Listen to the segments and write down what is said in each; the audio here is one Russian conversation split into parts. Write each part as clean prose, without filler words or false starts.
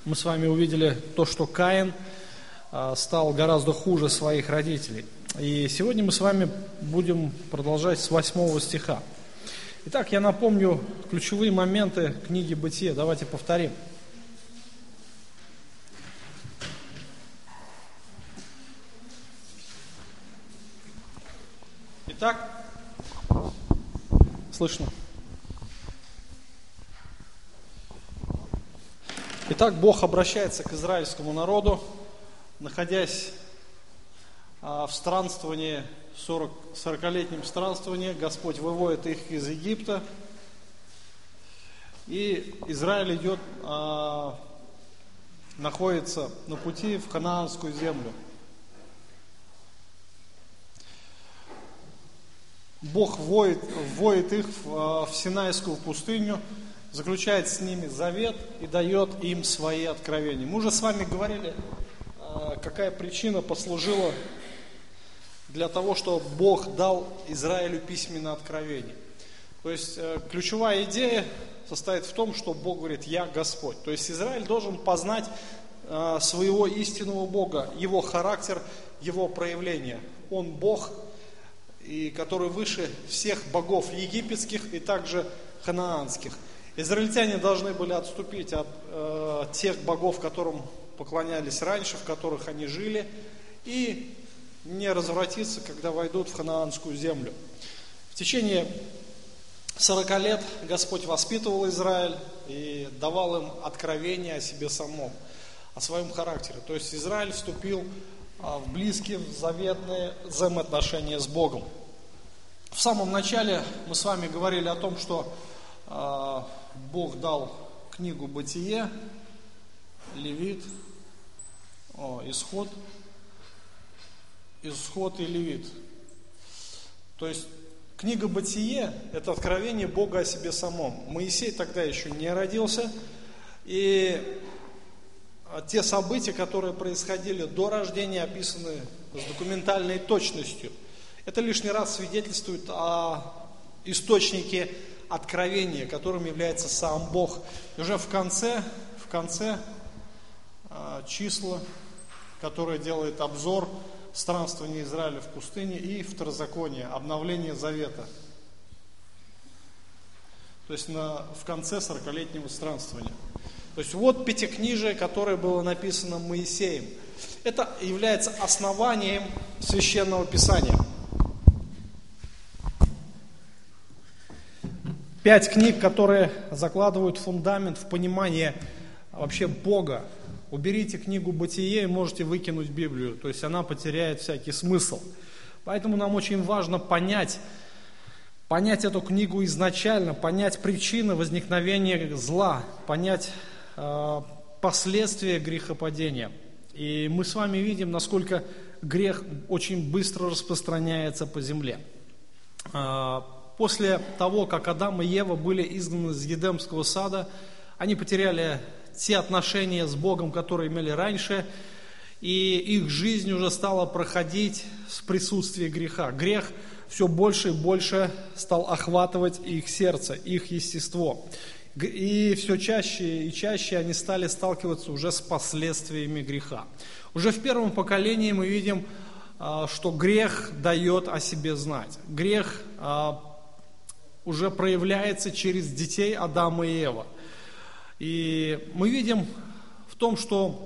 мы с вами увидели то, что Каин стал гораздо хуже своих родителей. И сегодня мы с вами будем продолжать с 8 стиха. Итак, я напомню ключевые моменты книги «Бытие». Давайте повторим. Итак, слышно? Итак, Бог обращается к израильскому народу, находясь в странствовании, 40-летнем странствовании, Господь выводит их из Египта, и Израиль идет, находится на пути в Ханаанскую землю. Бог вводит их в Синайскую пустыню, заключает с ними завет и дает им свои откровения. Мы уже с вами говорили, какая причина послужила для того, чтобы Бог дал Израилю письменное откровение. То есть ключевая идея состоит в том, что Бог говорит: «Я Господь». То есть Израиль должен познать своего истинного Бога, Его характер, Его проявление. Он Бог, и который выше всех богов египетских и также ханаанских. Израильтяне должны были отступить от тех богов, которым поклонялись раньше, в которых они жили, и не развратиться, когда войдут в ханаанскую землю. В течение 40 лет Господь воспитывал Израиль и давал им откровение о себе самом, о своем характере. То есть Израиль вступил в близкие, заветные взаимоотношения с Богом. В самом начале мы с вами говорили о том, что Бог дал книгу «Бытие», Левит, Исход и Левит. То есть книга «Бытие» – это откровение Бога о себе самом. Моисей тогда еще не родился, и те события, которые происходили до рождения, описаны с документальной точностью. Это лишний раз свидетельствует о источнике откровения, которым является сам Бог. И уже в конце числа, которое делает обзор странствования Израиля в пустыне, и второзаконие, обновление завета. То есть в конце 40-летнего странствования. То есть вот пятикнижие, которое было написано Моисеем. Это является основанием Священного Писания. 5 книг, которые закладывают фундамент в понимание вообще Бога. Уберите книгу «Бытие» и можете выкинуть Библию, то есть она потеряет всякий смысл. Поэтому нам очень важно понять эту книгу изначально, понять причины возникновения зла, понять последствия грехопадения. И мы с вами видим, насколько грех очень быстро распространяется по земле. После того, как Адам и Ева были изгнаны из Едемского сада, они потеряли те отношения с Богом, которые имели раньше, и их жизнь уже стала проходить в присутствии греха. Грех все больше и больше стал охватывать их сердце, их естество. И все чаще и чаще они стали сталкиваться уже с последствиями греха. Уже в первом поколении мы видим, что грех дает о себе знать. Грех уже проявляется через детей Адама и Евы. И мы видим в том, что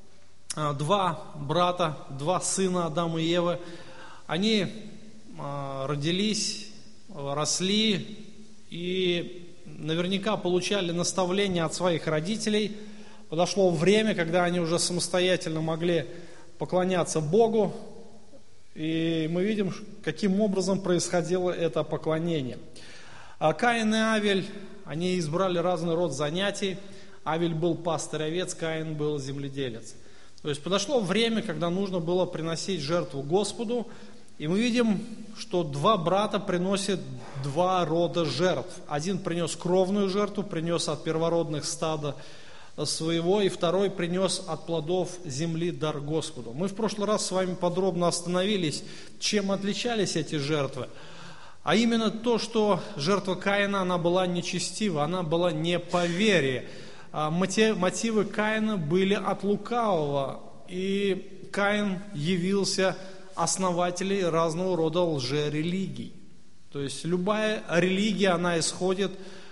2 брата, 2 сына Адама и Евы, они родились, росли и наверняка получали наставления от своих родителей. Подошло время, когда они уже самостоятельно могли поклоняться Богу, и мы видим, каким образом происходило это поклонение. Каин и Авель, они избрали разный род занятий. Авель был пастырь овец, Каин был земледелец. То есть подошло время, когда нужно было приносить жертву Господу, и мы видим, что 2 брата приносят 2 рода жертв. Один принес кровную жертву, принес от первородных стада своего, и второй принес от плодов земли дар Господу. Мы в прошлый раз с вами подробно остановились, чем отличались эти жертвы. А именно то, что жертва Каина, она была нечестива, она была не по вере. мотивы Каина были от лукавого. И Каин явился основателем разного рода лжерелигий. То есть любая религия, она исходит,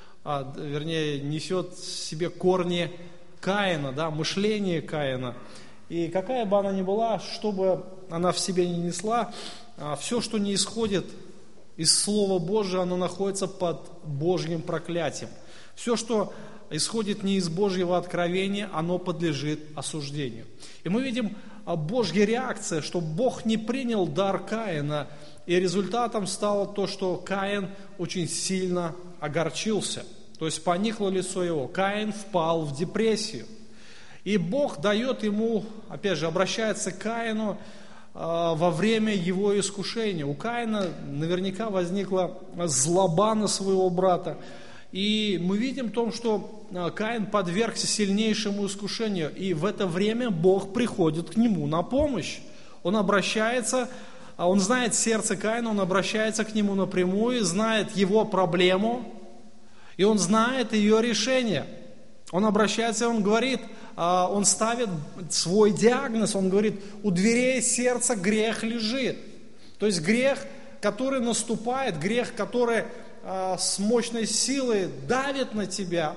несет в себе корни Каина, да, мышление Каина. И какая бы она ни была, что бы она в себе не несла, все, что не исходит из Слова Божьего, оно находится под Божьим проклятием. Все, что исходит не из Божьего откровения, оно подлежит осуждению. И мы видим Божья реакция, что Бог не принял дар Каина, и результатом стало то, что Каин очень сильно огорчился. То есть поникло лицо его. Каин впал в депрессию. И Бог дает ему, опять же, обращается к Каину во время его искушения. У Каина наверняка возникла злоба на своего брата. И мы видим в том, что Каин подвергся сильнейшему искушению. И в это время Бог приходит к нему на помощь. Он обращается, он знает сердце Каина, он обращается к нему напрямую, знает его проблему, и он знает ее решение. Он обращается, он говорит, он ставит свой диагноз, он говорит, у дверей сердца грех лежит. То есть грех, который наступает, грех, который с мощной силой давит на тебя,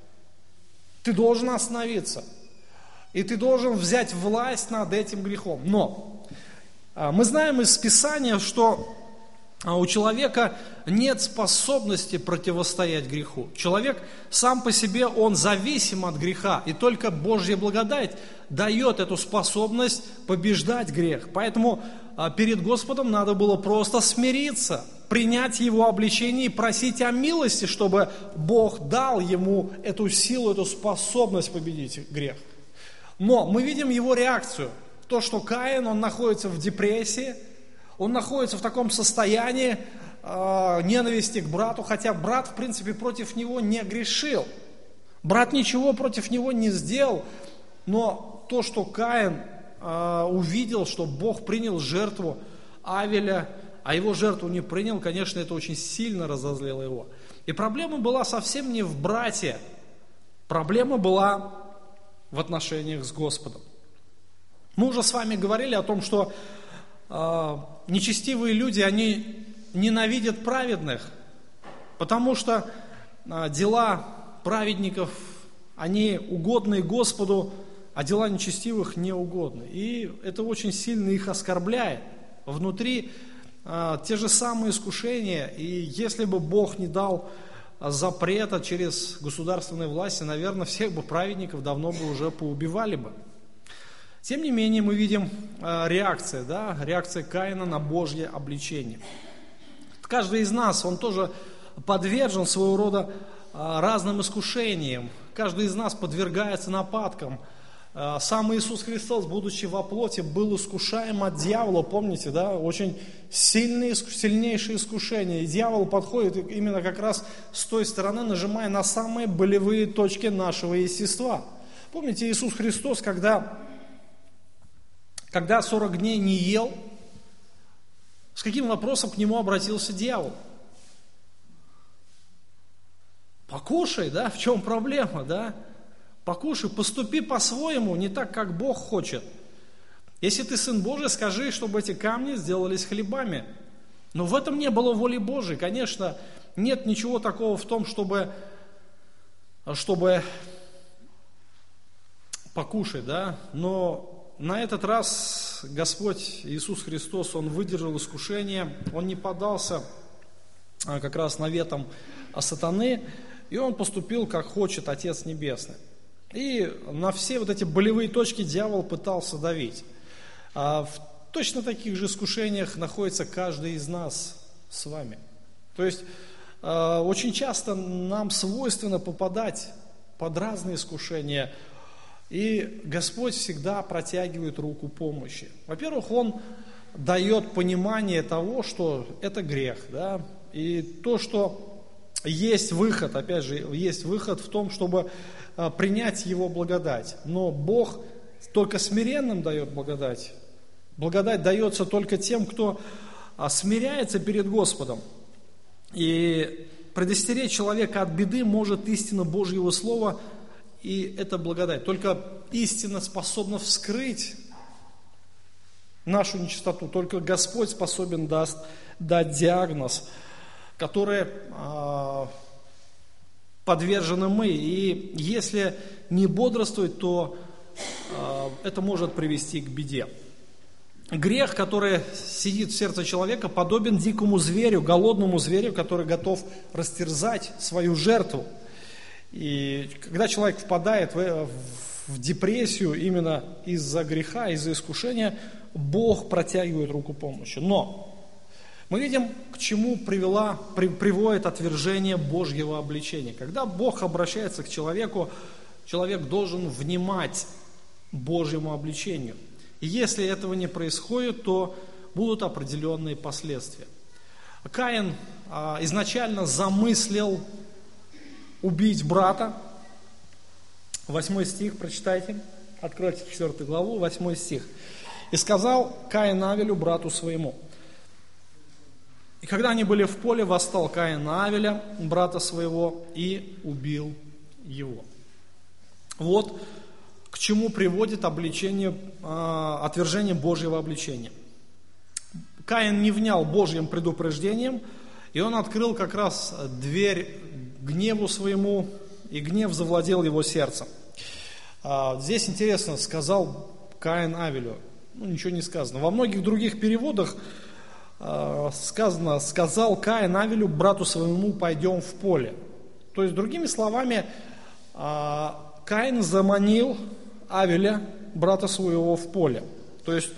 ты должен остановиться. И ты должен взять власть над этим грехом. Но мы знаем из Писания, что у человека нет способности противостоять греху. Человек сам по себе, он зависим от греха. И только Божья благодать дает эту способность побеждать грех. Поэтому перед Господом надо было просто смириться, принять Его обличение и просить о милости, чтобы Бог дал ему эту силу, эту способность победить грех. Но мы видим его реакцию. То, что Каин, он находится в депрессии, он находится в таком состоянии ненависти к брату, хотя брат, в принципе, против него не грешил. Брат ничего против него не сделал, но то, что Каин увидел, что Бог принял жертву Авеля, а его жертву не принял, конечно, это очень сильно разозлило его. И проблема была совсем не в брате, проблема была в отношениях с Господом. Мы уже с вами говорили о том, что нечестивые люди, они ненавидят праведных, потому что дела праведников, они угодны Господу, а дела нечестивых не угодны. И это очень сильно их оскорбляет. Внутри те же самые искушения, и если бы Бог не дал запрета через государственные власти, наверное, всех бы праведников давно бы уже поубивали бы. Тем не менее, мы видим реакция Каина на Божье обличение. Каждый из нас, он тоже подвержен своего рода разным искушениям. Каждый из нас подвергается нападкам. Сам Иисус Христос, будучи во плоти, был искушаем от дьявола, помните, да? Очень сильнейшие искушения. И дьявол подходит именно как раз с той стороны, нажимая на самые болевые точки нашего естества. Помните, Иисус Христос, когда 40 дней не ел, с каким вопросом к нему обратился дьявол? Покушай, да, в чем проблема, да? Покушай, поступи по-своему, не так, как Бог хочет. Если ты Сын Божий, скажи, чтобы эти камни сделались хлебами. Но в этом не было воли Божией. Конечно, нет ничего такого в том, чтобы покушать, да, но на этот раз Господь Иисус Христос, Он выдержал искушение, Он не поддался как раз наветам сатаны, и Он поступил, как хочет Отец Небесный. И на все вот эти болевые точки дьявол пытался давить. В точно таких же искушениях находится каждый из нас с вами. То есть очень часто нам свойственно попадать под разные искушения, и Господь всегда протягивает руку помощи. Во-первых, Он дает понимание того, что это грех, да, и то, что есть выход, опять же, есть выход в том, чтобы принять Его благодать. Но Бог только смиренным дает благодать. Благодать дается только тем, кто смиряется перед Господом. И предостеречь человека от беды может истина Божьего Слова и это благодать. Только истина способна вскрыть нашу нечистоту. Только Господь способен дать диагноз, который подвержены мы. И если не бодрствовать, то это может привести к беде. Грех, который сидит в сердце человека, подобен дикому зверю, голодному зверю, который готов растерзать свою жертву. И когда человек впадает в депрессию именно из-за греха, из-за искушения, Бог протягивает руку помощи. Но мы видим, к чему приводит отвержение Божьего обличения. Когда Бог обращается к человеку, человек должен внимать Божьему обличению. И если этого не происходит, то будут определенные последствия. Каин изначально замыслил убить брата. 8 стих, прочитайте. Откройте 4 главу, 8 стих. «И сказал Каин Авелю, брату своему». И когда они были в поле, восстал Каин на Авеля, брата своего, и убил его. Вот к чему приводит отвержение Божьего обличения. Каин не внял Божьим предупреждением, и он открыл как раз дверь гневу своему, и гнев завладел его сердцем. Здесь интересно, сказал Каин Авелю, ничего не сказано. Во многих других переводах сказано, сказал Каин Авелю, брату своему, пойдем в поле. То есть, другими словами, Каин заманил Авеля, брата своего, в поле. То есть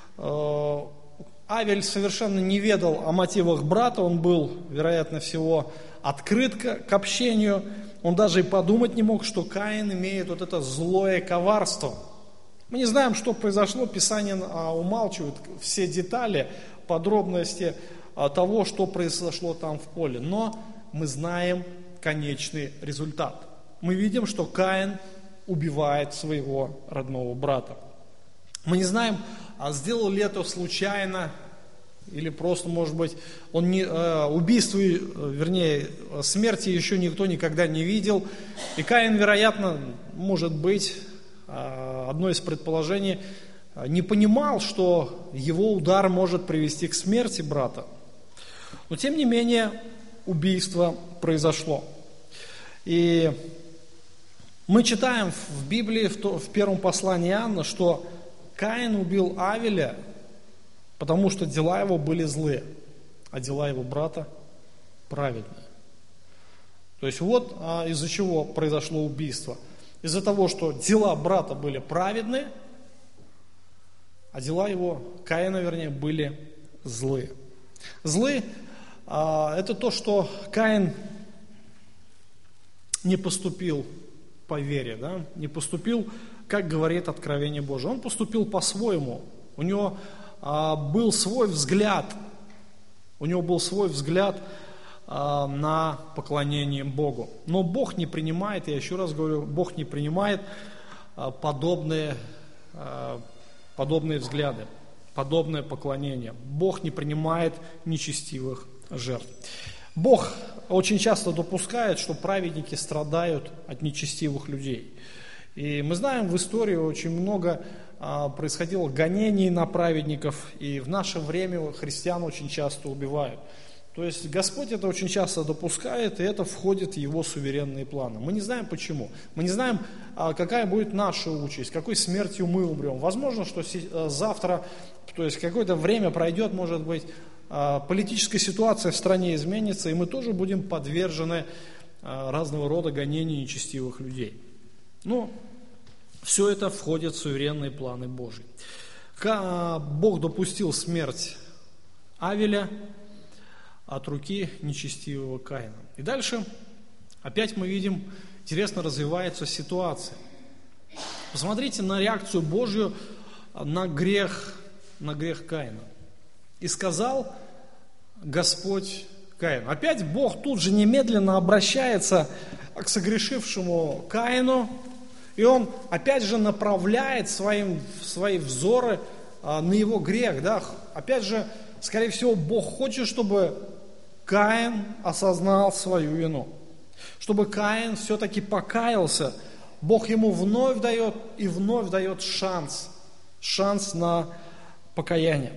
Авель совершенно не ведал о мотивах брата, он был, вероятно всего, открыт к общению. Он даже и подумать не мог, что Каин имеет вот это злое коварство. Мы не знаем, что произошло, Писание умалчивает все детали, подробности того, что произошло там в поле. Но мы знаем конечный результат. Мы видим, что Каин убивает своего родного брата. Мы не знаем, сделал ли это случайно, или просто, может быть, он убийство, вернее, смерти еще никто никогда не видел. И Каин, вероятно, может быть, одно из предположений, не понимал, что его удар может привести к смерти брата. Но, тем не менее, убийство произошло. И мы читаем в Библии, в первом послании Иоанна, что Каин убил Авеля, потому что дела его были злые, а дела его брата праведные. То есть вот из-за чего произошло убийство. Из-за того, что дела брата были праведные, а дела его, Каина вернее, были злые. Злые это то, что Каин не поступил по вере, да? Не поступил, как говорит Откровение Божие. Он поступил по-своему. У него был свой взгляд. У него был свой взгляд на поклонение Богу. Но Бог не принимает, я еще раз говорю, Бог не принимает подобные взгляды, подобное поклонение. Бог не принимает нечестивых жертв. Бог очень часто допускает, что праведники страдают от нечестивых людей. И мы знаем, в истории очень много происходило гонений на праведников, и в наше время христиан очень часто убивают. То есть Господь это очень часто допускает, и это входит в Его суверенные планы. Мы не знаем почему. Мы не знаем, какая будет наша участь, какой смертью мы умрем. Возможно, что завтра, то есть какое-то время пройдет, может быть, политическая ситуация в стране изменится, и мы тоже будем подвержены разного рода гонений нечестивых людей. Но все это входит в суверенные планы Божьи. Бог допустил смерть Авеля от руки нечестивого Каина. И дальше опять мы видим, интересно развивается ситуация. Посмотрите на реакцию Божью на грех Каина. И сказал Господь Каину. Опять Бог тут же немедленно обращается к согрешившему Каину, и он опять же направляет свои взоры на его грех. Да? Опять же, скорее всего, Бог хочет, чтобы Каин осознал свою вину, чтобы Каин все-таки покаялся Бог ему вновь дает шанс на покаяние.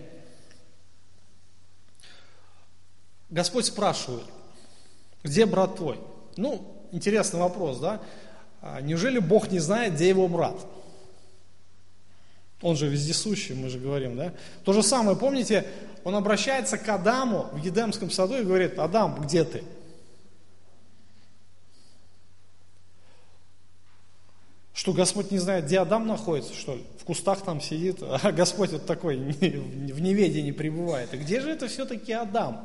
Господь спрашивает: где брат твой? Интересный вопрос, да? Неужели Бог не знает, где его брат? Он же вездесущий, мы же говорим, да? То же самое, помните, он обращается к Адаму в Едемском саду и говорит: Адам, где ты? Что, Господь не знает, где Адам находится, что ли? В кустах там сидит, а Господь вот такой в неведении пребывает. И где же это все-таки Адам?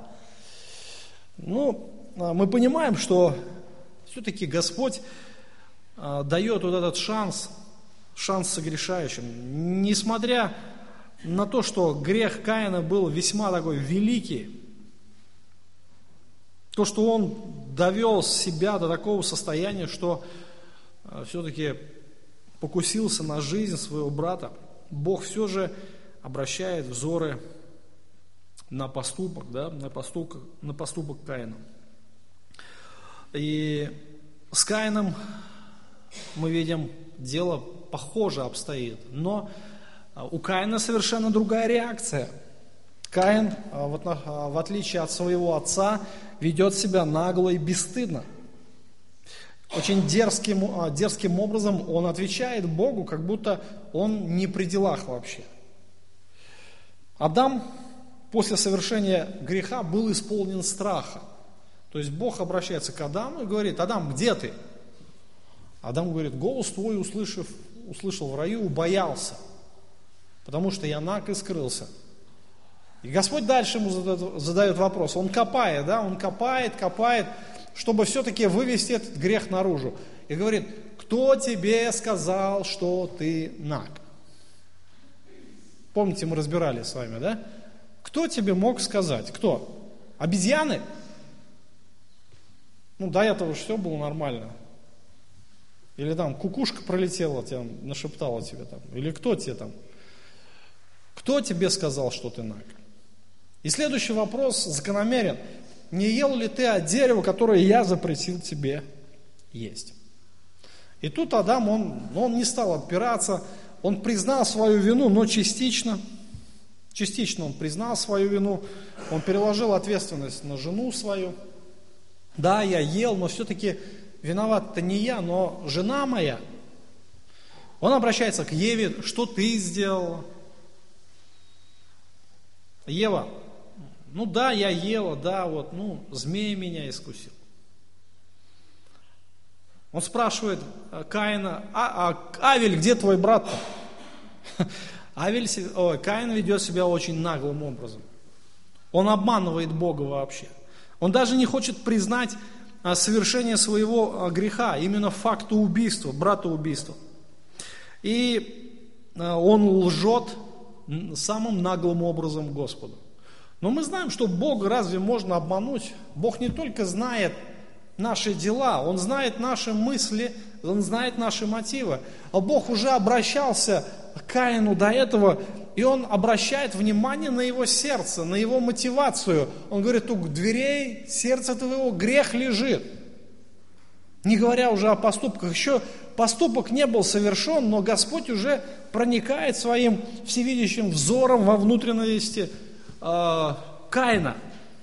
Мы понимаем, что все-таки Господь дает вот этот шанс согрешающим. Несмотря на то, что грех Каина был весьма такой великий, то, что он довел себя до такого состояния, что все-таки покусился на жизнь своего брата, Бог все же обращает взоры на поступок, да, на поступок Каина. И с Каином мы видим, дело похоже обстоит, но у Каина совершенно другая реакция. Каин, в отличие от своего отца, ведет себя нагло и бесстыдно. Очень дерзким образом он отвечает Богу, как будто он не при делах вообще. Адам после совершения греха был исполнен страха. То есть Бог обращается к Адаму и говорит: Адам, где ты? Адам говорит: голос твой услышал в раю, боялся, потому что я наг и скрылся. И Господь дальше ему задает вопрос. Он копает, копает, чтобы все-таки вывести этот грех наружу. И говорит: кто тебе сказал, что ты наг? Помните, мы разбирали с вами, да? Кто тебе мог сказать? Кто? Обезьяны? До этого же все было нормально. Или там кукушка пролетела, тебя нашептала тебе там. Или кто тебе там? Кто тебе сказал, что ты наг? И следующий вопрос закономерен. Не ел ли ты от дерева, которое я запретил тебе есть? И тут Адам, он не стал отпираться, он признал свою вину, но частично. Частично он признал свою вину, он переложил ответственность на жену свою. Да, я ел, но все-таки виноват-то не я, но жена моя. Он обращается к Еве: что ты сделала? Ева: да, я ела, да, змей меня искусил. Он спрашивает Каина: Авель, где твой брат-то? Каин ведет себя очень наглым образом. Он обманывает Бога вообще. Он даже не хочет признать совершение своего греха, именно факта убийства, брата убийства. И он лжет самым наглым образом Господу. Но мы знаем, что Бога разве можно обмануть? Бог не только знает наши дела, Он знает наши мысли, Он знает наши мотивы. А Бог уже обращался к Каину до этого, и Он обращает внимание на его сердце, на его мотивацию. Он говорит: у дверей сердца твоего грех лежит. Не говоря уже о поступках. Еще поступок не был совершен, но Господь уже проникает своим всевидящим взором во внутренности Каина.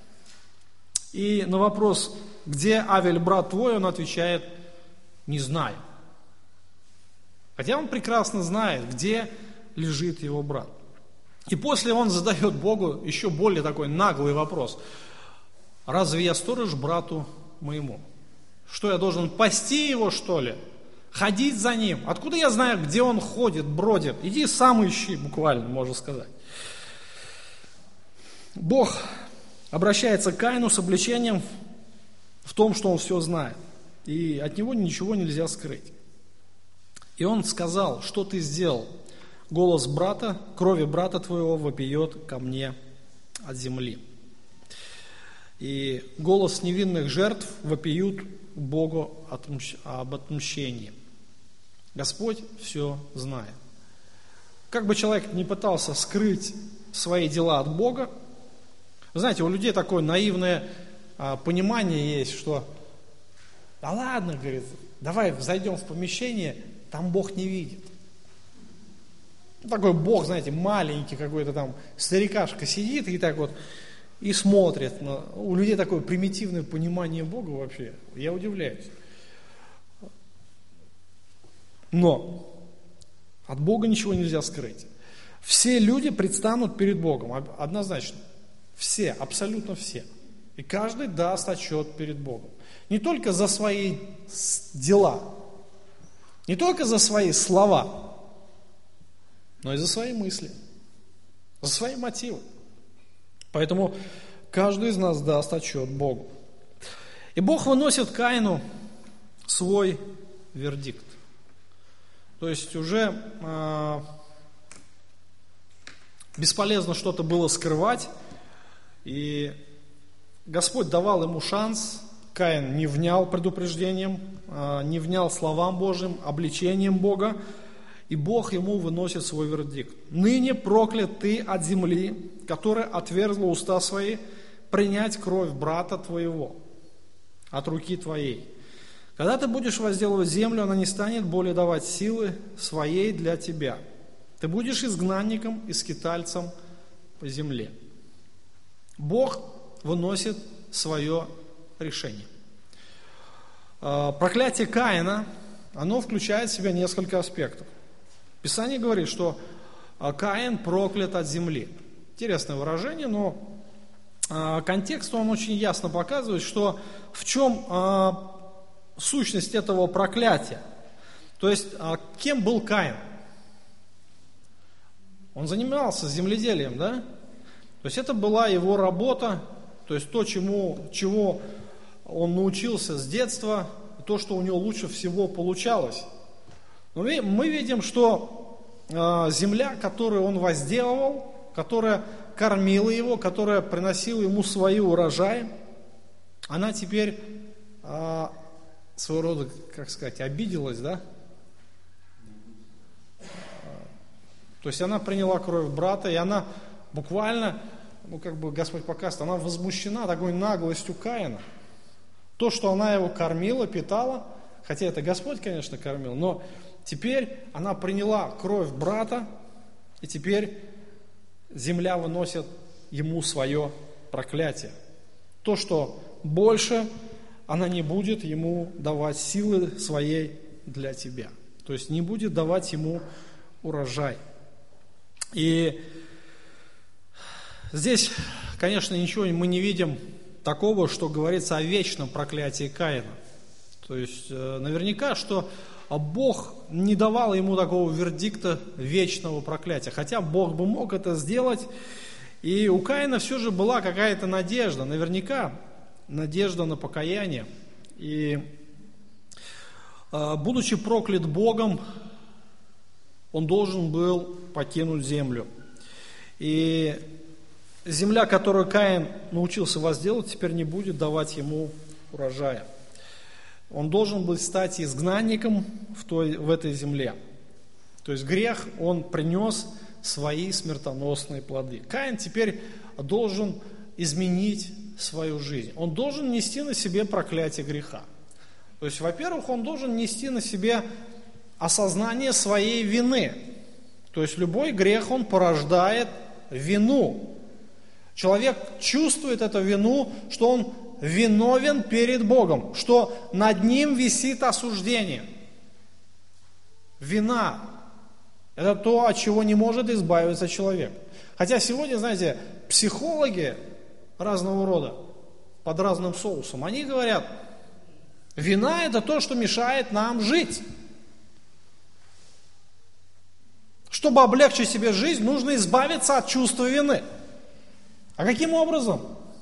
И на вопрос: где Авель, брат твой, он отвечает: не знаю. Хотя он прекрасно знает, где лежит его брат. И после он задает Богу еще более такой наглый вопрос: разве я сторож брату моему? Что, я должен пасти его, что ли? Ходить за ним? Откуда я знаю, где он ходит, бродит? Иди сам ищи, буквально, можно сказать. Бог обращается к Каину с обличением в том, что он все знает. И от него ничего нельзя скрыть. И он сказал: что ты сделал? Голос брата, крови брата твоего вопиет ко мне от земли. И голос невинных жертв вопиют Богу об отмщении. Господь все знает. Как бы человек ни пытался скрыть свои дела от Бога, вы знаете, у людей такое наивное понимание есть, что да ладно, говорит, давай зайдем в помещение, там Бог не видит. Такой Бог, знаете, маленький какой-то там старикашка сидит и так вот и смотрит. У людей такое примитивное понимание Бога вообще. Я удивляюсь. Но от Бога ничего нельзя скрыть. Все люди предстанут перед Богом, однозначно. Все, абсолютно все. И каждый даст отчет перед Богом. Не только за свои дела, не только за свои слова, но и за свои мысли, за свои мотивы. Поэтому каждый из нас даст отчет Богу. И Бог выносит Каину свой вердикт. То есть уже бесполезно что-то было скрывать. И Господь давал ему шанс. Каин не внял предупреждением, не внял словам Божьим, обличением Бога. И Бог ему выносит свой вердикт. «Ныне проклят ты от земли, которая отверзла уста свои, принять кровь брата твоего от руки твоей. Когда ты будешь возделывать землю, она не станет более давать силы своей для тебя. Ты будешь изгнанником и скитальцем по земле». Бог выносит свое решение. Проклятие Каина, оно включает в себя несколько аспектов. Писание говорит, что Каин проклят от земли. Интересное выражение, но контекст он очень ясно показывает, что в чем сущность этого проклятия. То есть, кем был Каин? Он занимался земледелием, да? То есть, это была его работа, то есть, то, чего он научился с детства, то, что у него лучше всего получалось. Но мы видим, что земля, которую он возделывал, которая кормила его, которая приносила ему свои урожаи, она теперь своего рода, как сказать, обиделась, да? То есть она приняла кровь брата, и она буквально, Господь показывает, она возмущена такой наглостью Каина. То, что она его кормила, питала, хотя это Господь, конечно, кормил, но теперь она приняла кровь брата, и теперь земля выносит ему свое проклятие. То, что больше она не будет ему давать силы своей для тебя. То есть не будет давать ему урожай. И здесь, конечно, ничего мы не видим такого, что говорится о вечном проклятии Каина. То есть наверняка, что Бог не давал ему такого вердикта вечного проклятия. Хотя Бог бы мог это сделать. И у Каина все же была какая-то надежда. Наверняка надежда на покаяние. И будучи проклят Богом, он должен был покинуть землю. И земля, которую Каин научился возделывать, теперь не будет давать ему урожая. Он должен был стать изгнанником в этой земле. То есть грех, он принес свои смертоносные плоды. Каин теперь должен изменить свою жизнь. Он должен нести на себе проклятие греха. То есть, во-первых, он должен нести на себе осознание своей вины. То есть любой грех, он порождает вину. Человек чувствует эту вину, что он виновен перед Богом, что над ним висит осуждение. Вина – это то, от чего не может избавиться человек. Хотя сегодня, знаете, психологи разного рода, под разным соусом, они говорят, вина – это то, что мешает нам жить. Чтобы облегчить себе жизнь, нужно избавиться от чувства вины. А каким образом?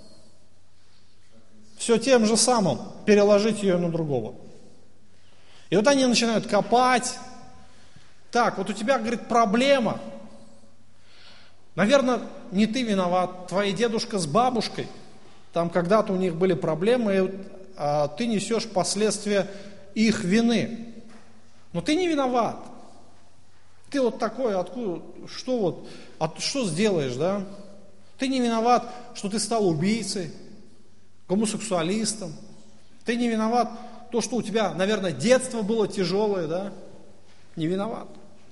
Все тем же самым, переложить ее на другого. И вот они начинают копать. Так, вот у тебя, говорит, проблема. Наверное, не ты виноват, твои дедушка с бабушкой. Там когда-то у них были проблемы, а ты несешь последствия их вины. Но ты не виноват. Ты вот такой, откуда, что сделаешь, да? Ты не виноват, что ты стал убийцей, гомосексуалистом. Ты не виноват, то, что у тебя, наверное, детство было тяжелое, да, не виноват.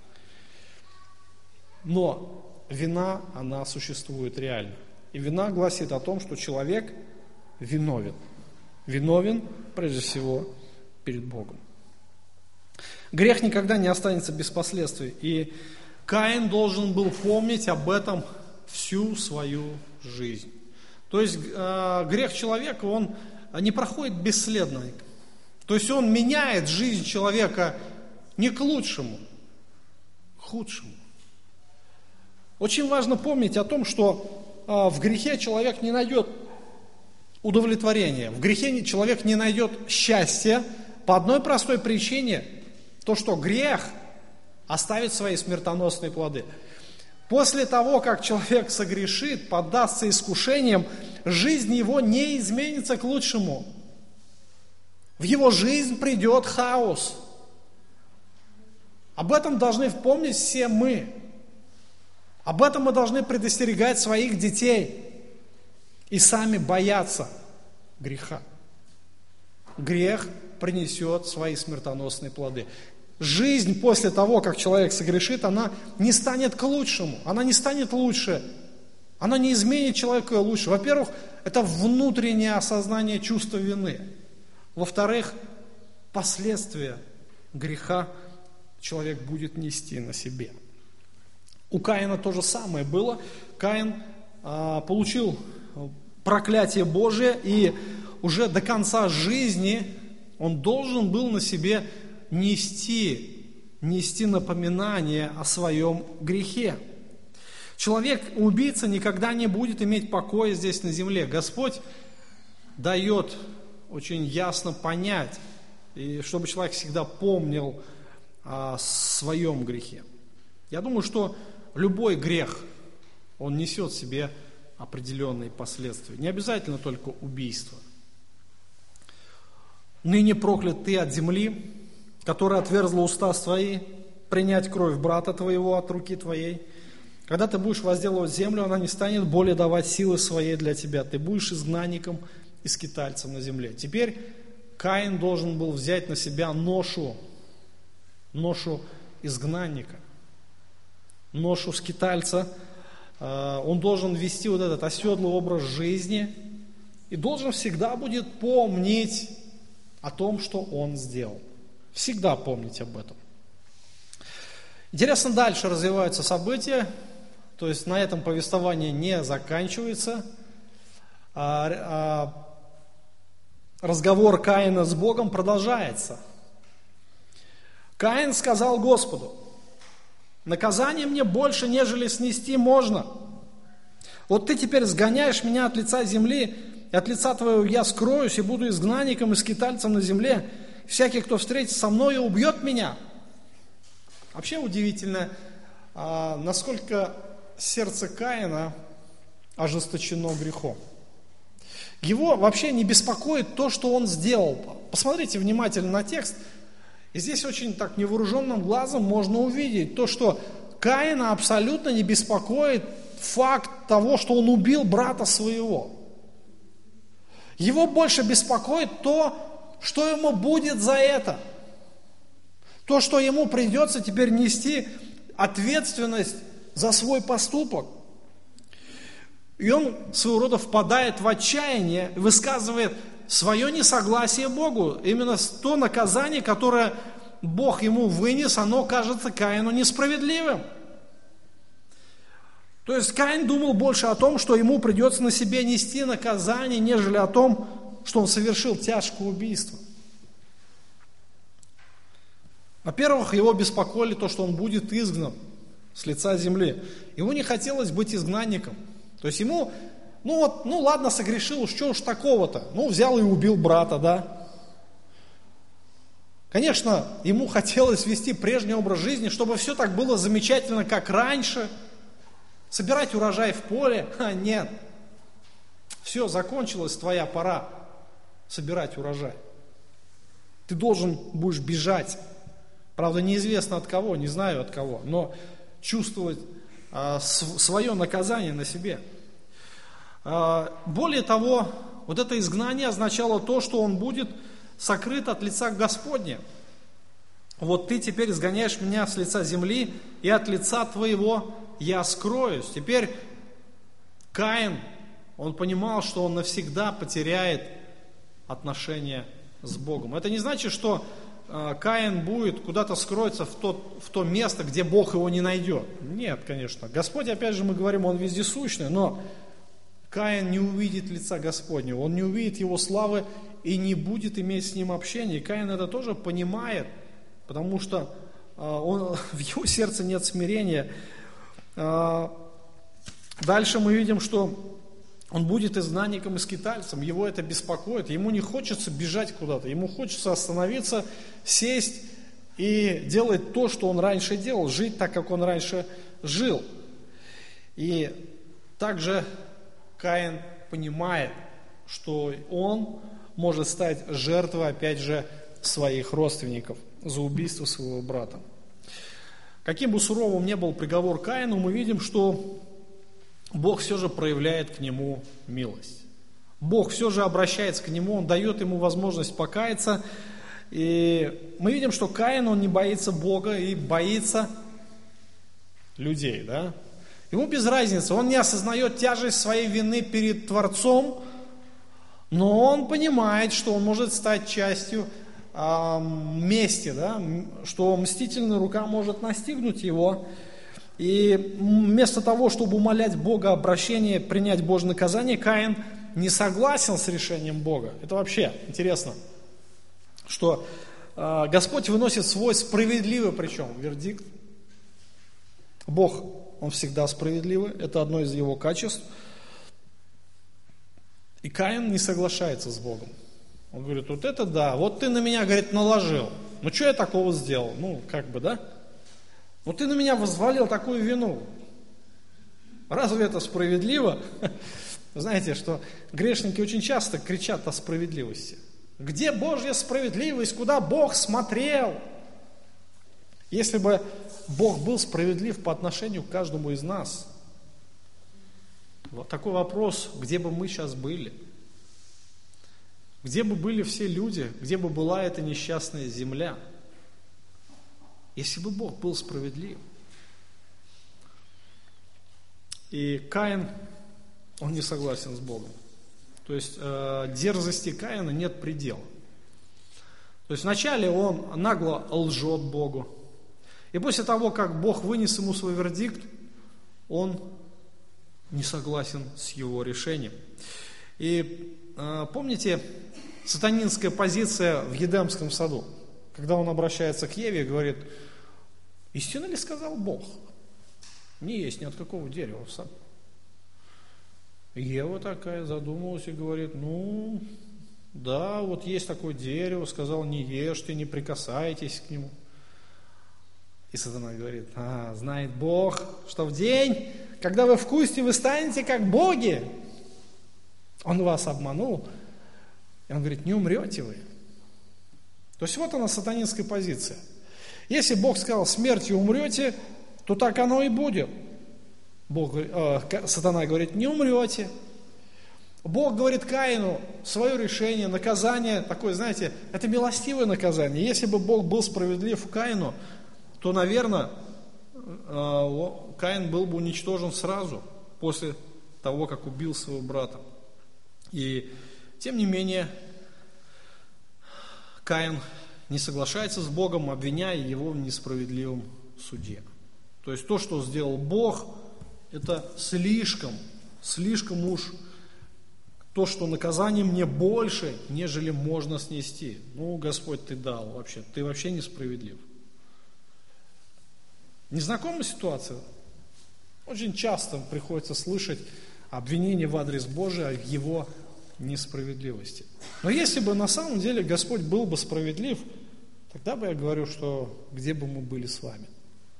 Но вина, она существует реально. И вина гласит о том, что человек виновен. Виновен, прежде всего, перед Богом. Грех никогда не останется без последствий. И Каин должен был помнить об этом всю свою жизнь. То есть грех человека, он не проходит бесследно. То есть он меняет жизнь человека не к лучшему, к худшему. Очень важно помнить о том, что в грехе человек не найдет удовлетворения. В грехе человек не найдет счастья по одной простой причине, то, что грех оставит свои смертоносные плоды. После того, как человек согрешит, поддастся искушениям, жизнь его не изменится к лучшему. В его жизнь придет хаос. Об этом должны помнить все мы. Об этом мы должны предостерегать своих детей и сами бояться греха. Грех принесет свои смертоносные плоды. Жизнь после того, как человек согрешит, она не станет к лучшему, она не станет лучше, она не изменит человека лучше. Во-первых, это внутреннее осознание чувства вины. Во-вторых, последствия греха человек будет нести на себе. У Каина то же самое было. Каин получил проклятие Божие, и уже до конца жизни он должен был на себе нести напоминание о своем грехе. Человек-убийца никогда не будет иметь покоя здесь на земле. Господь дает очень ясно понять, и чтобы человек всегда помнил о своем грехе. Я думаю, что любой грех, он несет в себе определенные последствия. Не обязательно только убийство. Ныне проклят ты от земли, которая отверзла уста свои, принять кровь брата твоего от руки твоей. Когда ты будешь возделывать землю, она не станет более давать силы своей для тебя. Ты будешь изгнанником и скитальцем на земле. Теперь Каин должен был взять на себя ношу изгнанника, ношу скитальца. Он должен вести вот этот оседлый образ жизни и должен всегда будет помнить о том, что он сделал. Всегда помнить об этом. Интересно, дальше развиваются события, то есть на этом повествование не заканчивается. Разговор Каина с Богом продолжается. Каин сказал Господу: наказание мне больше, нежели снести можно. Вот ты теперь сгоняешь меня от лица земли, и от лица твоего я скроюсь, и буду изгнанником и скитальцем на земле. Всякий, кто встретится со мной, убьет меня. Вообще удивительно, насколько сердце Каина ожесточено грехом. Его вообще не беспокоит то, что он сделал. Посмотрите внимательно на текст. И здесь очень так невооруженным глазом можно увидеть то, что Каина абсолютно не беспокоит факт того, что он убил брата своего. Его больше беспокоит то, что ему будет за это. То, что ему придется теперь нести ответственность за свой поступок. И он своего рода впадает в отчаяние, высказывает свое несогласие Богу. Именно то наказание, которое Бог ему вынес, оно кажется Каину несправедливым. То есть Каин думал больше о том, что ему придется на себе нести наказание, нежели о том, что он совершил тяжкое убийство. Во-первых, его беспокоили то, что он будет изгнан с лица земли. Ему не хотелось быть изгнанником. То есть ему, ладно, согрешил, что уж такого-то. Взял и убил брата, да. Конечно, ему хотелось вести прежний образ жизни, чтобы все так было замечательно, как раньше. Собирать урожай в поле. Нет. Все, закончилась твоя пора собирать урожай. Ты должен будешь бежать. Правда, неизвестно от кого, не знаю от кого, но чувствовать свое наказание на себе. Более того, вот это изгнание означало то, что он будет сокрыт от лица Господня. Вот ты теперь изгоняешь меня с лица земли, и от лица твоего я скроюсь. Теперь Каин, он понимал, что он навсегда потеряет отношения с Богом. Это не значит, что Каин будет куда-то скроиться в то место, где Бог его не найдет. Нет, конечно. Господь, опять же, мы говорим, Он вездесущный, но Каин не увидит лица Господнего, он не увидит Его славы и не будет иметь с Ним общения. И Каин это тоже понимает, потому что в его сердце нет смирения. Дальше мы видим, что он будет изгнанником и скитальцем, его это беспокоит, ему не хочется бежать куда-то, ему хочется остановиться, сесть и делать то, что он раньше делал, жить так, как он раньше жил. И также Каин понимает, что он может стать жертвой, опять же, своих родственников за убийство своего брата. Каким бы суровым ни был приговор Каину, мы видим, что Бог все же проявляет к нему милость. Бог все же обращается к нему, Он дает ему возможность покаяться. И мы видим, что Каин, он не боится Бога и боится людей. Да? Ему без разницы, он не осознает тяжесть своей вины перед Творцом, но он понимает, что он может стать частью мести, да? Что мстительная рука может настигнуть его. И вместо того, чтобы умолять Бога о прощении, принять Божье наказание, Каин не согласен с решением Бога. Это вообще интересно, что Господь выносит свой справедливый, причем, вердикт. Бог, Он всегда справедливый, это одно из Его качеств. И Каин не соглашается с Богом. Он говорит, вот это да, вот ты на меня, говорит, наложил. Ну что я такого сделал? Ну, как бы, да? Вот ты на меня взвалил такую вину. Разве это справедливо? Знаете, что грешники очень часто кричат о справедливости. Где Божья справедливость? Куда Бог смотрел? Если бы Бог был справедлив по отношению к каждому из нас, вот такой вопрос, где бы мы сейчас были? Где бы были все люди? Где бы была эта несчастная земля? Если бы Бог был справедлив. И Каин, он не согласен с Богом. То есть дерзости Каина нет предела. То есть вначале он нагло лжет Богу. И после того, как Бог вынес ему свой вердикт, он не согласен с его решением. И помните, сатанинская позиция в Едемском саду, когда он обращается к Еве и говорит, истинно ли сказал Бог? Не есть ни от какого дерева в саду. Ева такая задумалась и говорит, ну, да, вот есть такое дерево, сказал, не ешьте, не прикасайтесь к нему. И сатана говорит, знает Бог, что в день, когда вы вкусите, вы станете как боги. Он вас обманул. И он говорит, не умрете вы. То есть вот она сатанинская позиция. Если Бог сказал, смертью умрете, то так оно и будет. Сатана говорит, не умрете. Бог говорит Каину свое решение, наказание, такое, знаете, это милостивое наказание. Если бы Бог был справедлив к Каину, то, наверное, Каин был бы уничтожен сразу, после того, как убил своего брата. И, тем не менее, Каин не соглашается с Богом, обвиняя его в несправедливом суде. То есть то, что сделал Бог, это слишком уж то, что наказание мне больше, нежели можно снести. Ну, Господь, ты дал вообще, ты вообще несправедлив. Незнакомая ситуация? Очень часто приходится слышать обвинения в адрес Божия в Его несправедливости. Но если бы на самом деле Господь был бы справедлив, тогда бы я говорю, что где бы мы были с вами.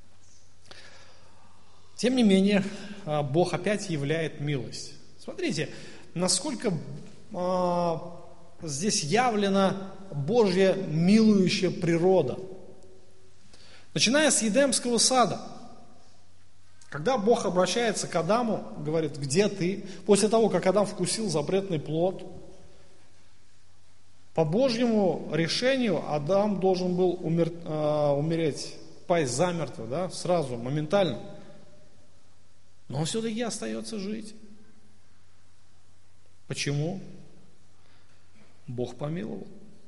Тем не менее, Бог опять являет милость. Смотрите, насколько здесь явлена Божья милующая природа. Начиная с Едемского сада, когда Бог обращается к Адаму, говорит, где ты? После того, как Адам вкусил запретный плод, По Божьему решению Адам должен был умереть, пасть замертво, да, сразу, моментально. Но он все-таки остается жить. Почему? Бог помиловал.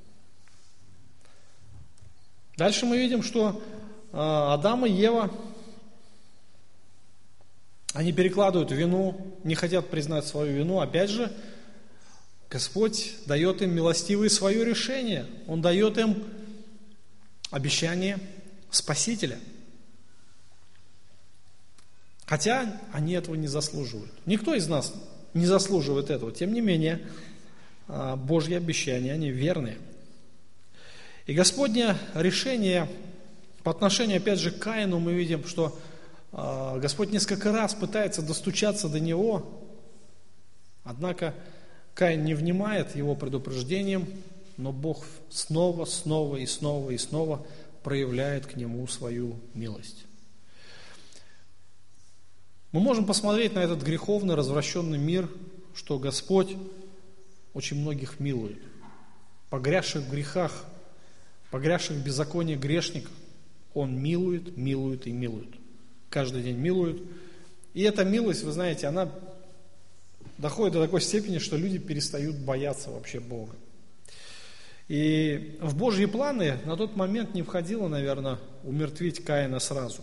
Дальше мы видим, что Адам и Ева, они перекладывают вину, не хотят признать свою вину. Опять же, Господь дает им милостивое свое решение. Он дает им обещание Спасителя. Хотя они этого не заслуживают. Никто из нас не заслуживает этого. Тем не менее, Божьи обещания, они верные. И Господне решение по отношению, опять же, к Каину, мы видим, что Господь несколько раз пытается достучаться до него, однако Каин не внимает его предупреждениям, но Бог снова и снова проявляет к нему свою милость. Мы можем посмотреть на этот греховный, развращенный мир, что Господь очень многих милует. Погрязших в грехах, погрязших в беззаконии грешников Он милует. Каждый день милует. И эта милость, вы знаете, она доходит до такой степени, что люди перестают бояться вообще Бога. И в Божьи планы на тот момент не входило, наверное, умертвить Каина сразу.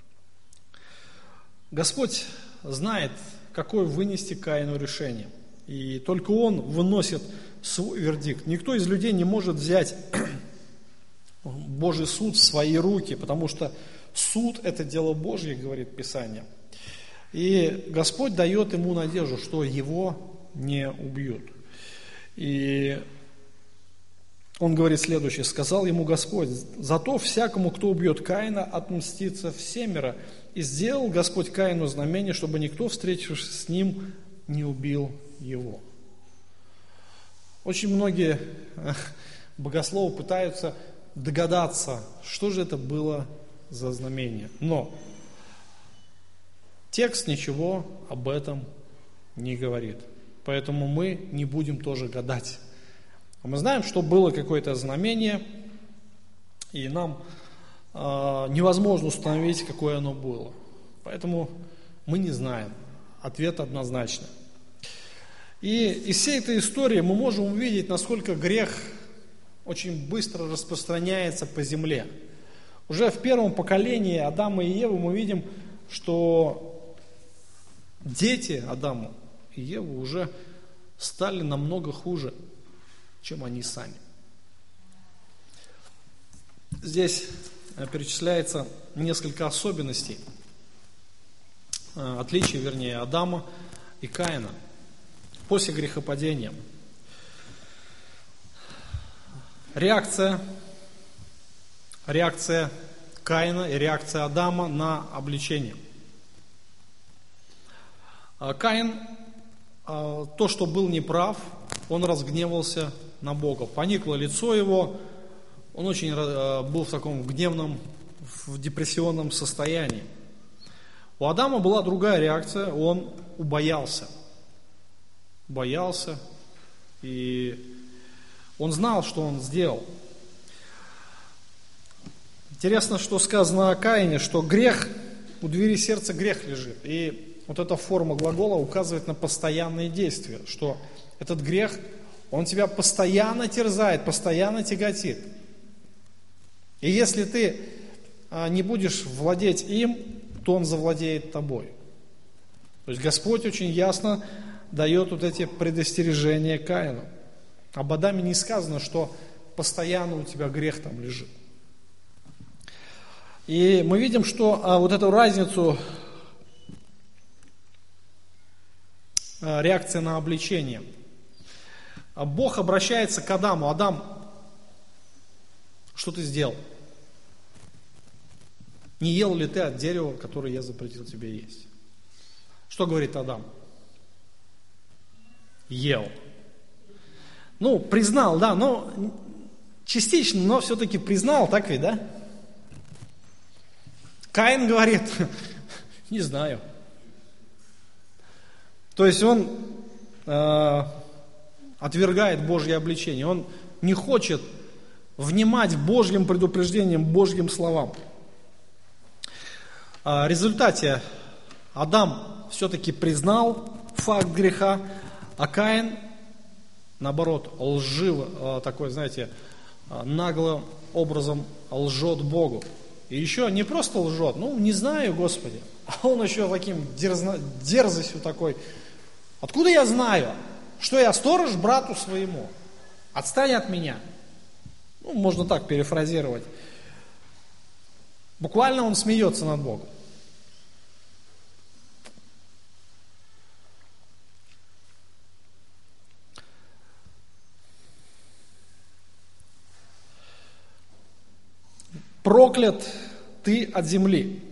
Господь знает, какое вынести Каину решение. И только Он выносит свой вердикт. Никто из людей не может взять Божий суд в свои руки, потому что суд – это дело Божье, говорит Писание. И Господь дает ему надежду, что его не убьют. И он говорит следующее: «Сказал ему Господь: зато всякому, кто убьет Каина, отмстится всемеро. И сделал Господь Каину знамение, чтобы никто, встретившись с ним, не убил его». Очень многие богословы пытаются догадаться, что же это было за знамение. Но текст ничего об этом не говорит. Поэтому мы не будем тоже гадать. Мы знаем, что было какое-то знамение, и нам невозможно установить, какое оно было. Поэтому мы не знаем. Ответ однозначный. И из всей этой истории мы можем увидеть, насколько грех очень быстро распространяется по земле. Уже в первом поколении Адама и Евы мы видим, что дети Адама и Евы уже стали намного хуже, чем они сами. Здесь перечисляется несколько особенностей, отличий, вернее, Адама и Каина после грехопадения. Реакция Каина и реакция Адама на обличение. Каин, то, что был неправ, он разгневался на Бога. Поникло лицо его, он очень был в таком гневном, в депрессионном состоянии. У Адама была другая реакция, он убоялся. Боялся, и он знал, что он сделал. Интересно, что сказано о Каине, что грех, у двери сердца грех лежит. И вот эта форма глагола указывает на постоянные действия, что этот грех, он тебя постоянно терзает, постоянно тяготит. И если ты не будешь владеть им, то он завладеет тобой. То есть Господь очень ясно дает вот эти предостережения Каину. Об Адаме не сказано, что постоянно у тебя грех там лежит. И мы видим, что вот эту разницу, реакция на обличение. Бог обращается к Адаму: Адам, что ты сделал? Не ел ли ты от дерева, которое я запретил тебе есть? Что говорит Адам? Ел. Ну, признал, да, но частично, но все-таки признал, так ведь, да? Каин говорит: не знаю. То есть он отвергает Божье обличение. Он не хочет внимать Божьим предупреждениям, Божьим словам. В результате Адам все-таки признал факт греха, а Каин, наоборот, лживо, такой, знаете, наглым образом лжет Богу. И еще не просто лжет, не знаю, Господи, а он еще таким дерзостью такой: откуда я знаю, что я сторож брату своему? Отстань от меня. Можно так перефразировать. Буквально он смеется над Богом. Проклят ты от земли.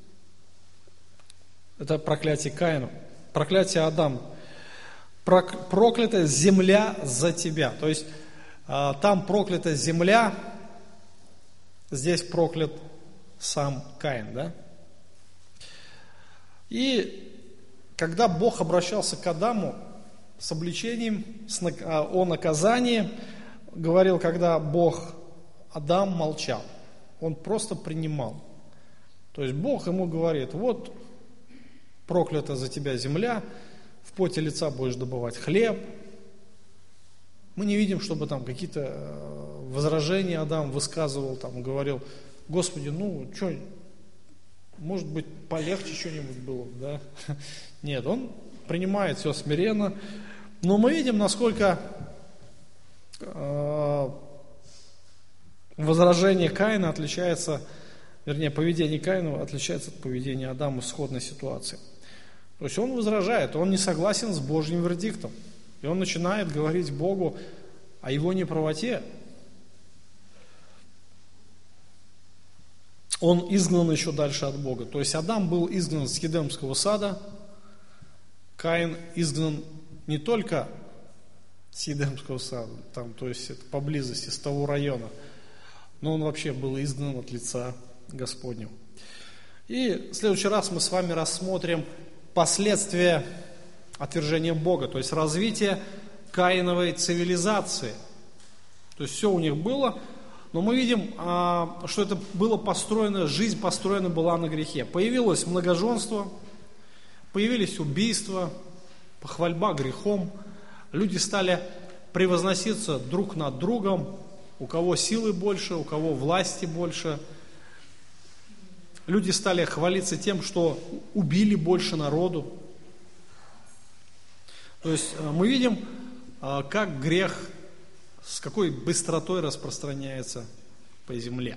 Это проклятие Каину. Проклятие Адаму. Проклята земля за тебя. То есть там проклята земля, здесь проклят сам Каин, да? И когда Бог обращался к Адаму с обличением, о наказании, говорил, когда Адам молчал. Он просто принимал. То есть Бог ему говорит: вот проклята за тебя земля, в поте лица будешь добывать хлеб. Мы не видим, чтобы там какие-то возражения Адам высказывал, там говорил: Господи, что, может быть, полегче что-нибудь было, да? Нет, он принимает все смиренно. Но мы видим, насколько возражение Каина отличается, поведение Каина отличается от поведения Адама в сходной ситуации. То есть он возражает, он не согласен с Божьим вердиктом. И он начинает говорить Богу о его неправоте. Он изгнан еще дальше от Бога. То есть Адам был изгнан с Едемского сада, Каин изгнан не только с Едемского сада, то есть это поблизости, с того района, но он вообще был изгнан от лица Господнего. И в следующий раз мы с вами рассмотрим последствия отвержения Бога, то есть развитие Каиновой цивилизации. То есть все у них было, но мы видим, что это было построено, жизнь построена была на грехе. Появилось многоженство, появились убийства, похвальба грехом, люди стали превозноситься друг над другом, у кого силы больше, у кого власти больше. Люди стали хвалиться тем, что убили больше народу. То есть мы видим, как грех с какой быстротой распространяется по земле.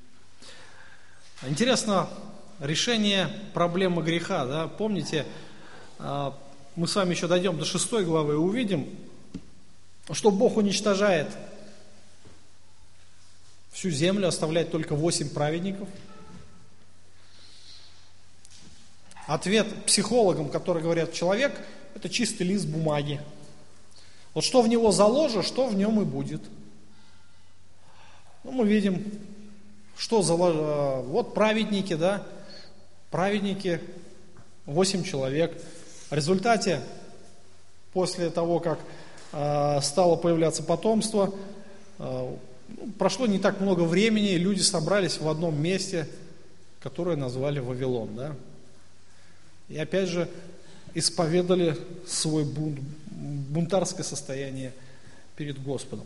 Интересно решение проблемы греха. Да? Помните, мы с вами еще дойдем до 6 главы и увидим, что Бог уничтожает всю землю, оставляет только 8 праведников. Ответ психологам, которые говорят: человек – это чистый лист бумаги. Вот что в него заложишь, что в нем и будет. Мы видим, что вот праведники, да, праведники, 8 человек. В результате, после того, как стало появляться потомство, прошло не так много времени, и люди собрались в одном месте, которое назвали Вавилон, да. И опять же исповедали свой бунтарское состояние перед Господом.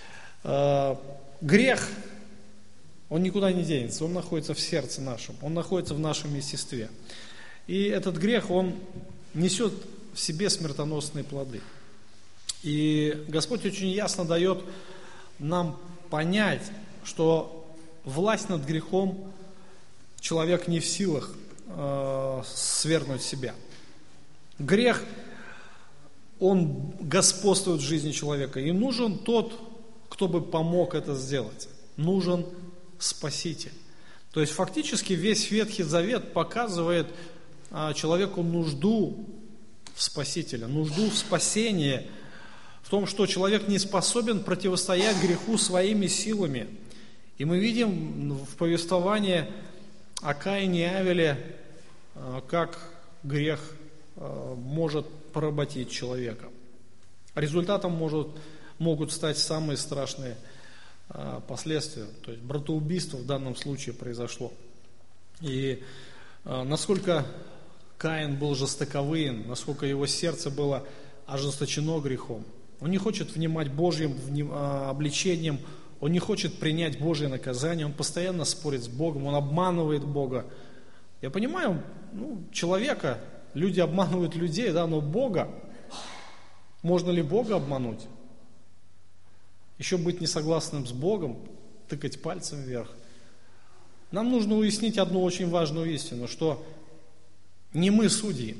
Грех, он никуда не денется, он находится в сердце нашем, он находится в нашем естестве. И этот грех, он несет в себе смертоносные плоды. И Господь очень ясно дает нам понять, что власть над грехом человек не в силах свергнуть себя. Грех, он господствует в жизни человека. И нужен тот, кто бы помог это сделать. Нужен Спаситель. То есть фактически весь Ветхий Завет показывает человеку нужду в Спасителя, нужду в спасении, в том, что человек не способен противостоять греху своими силами. И мы видим в повествовании о Каине и Авеле, как грех может поработить человека. Результатом может могут стать самые страшные последствия. То есть братоубийство в данном случае произошло. И насколько Каин был жестоковыен, насколько его сердце было ожесточено грехом. Он не хочет внимать Божьим обличением, он не хочет принять Божье наказание, он постоянно спорит с Богом, он обманывает Бога. Я понимаю, человека, люди обманывают людей, да, но Бога, можно ли Бога обмануть? Еще быть несогласным с Богом, тыкать пальцем вверх. Нам нужно уяснить одну очень важную истину, что не мы судьи,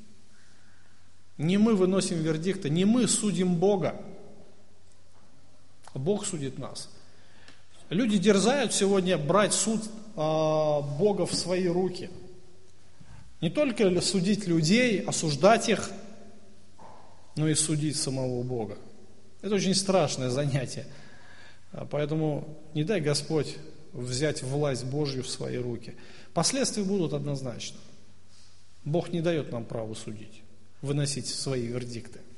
не мы выносим вердикты, не мы судим Бога, а Бог судит нас. Люди дерзают сегодня брать суд Бога в свои руки. Не только судить людей, осуждать их, но и судить самого Бога. Это очень страшное занятие. Поэтому не дай Господь взять власть Божью в свои руки. Последствия будут однозначно. Бог не дает нам права судить, выносить свои вердикты.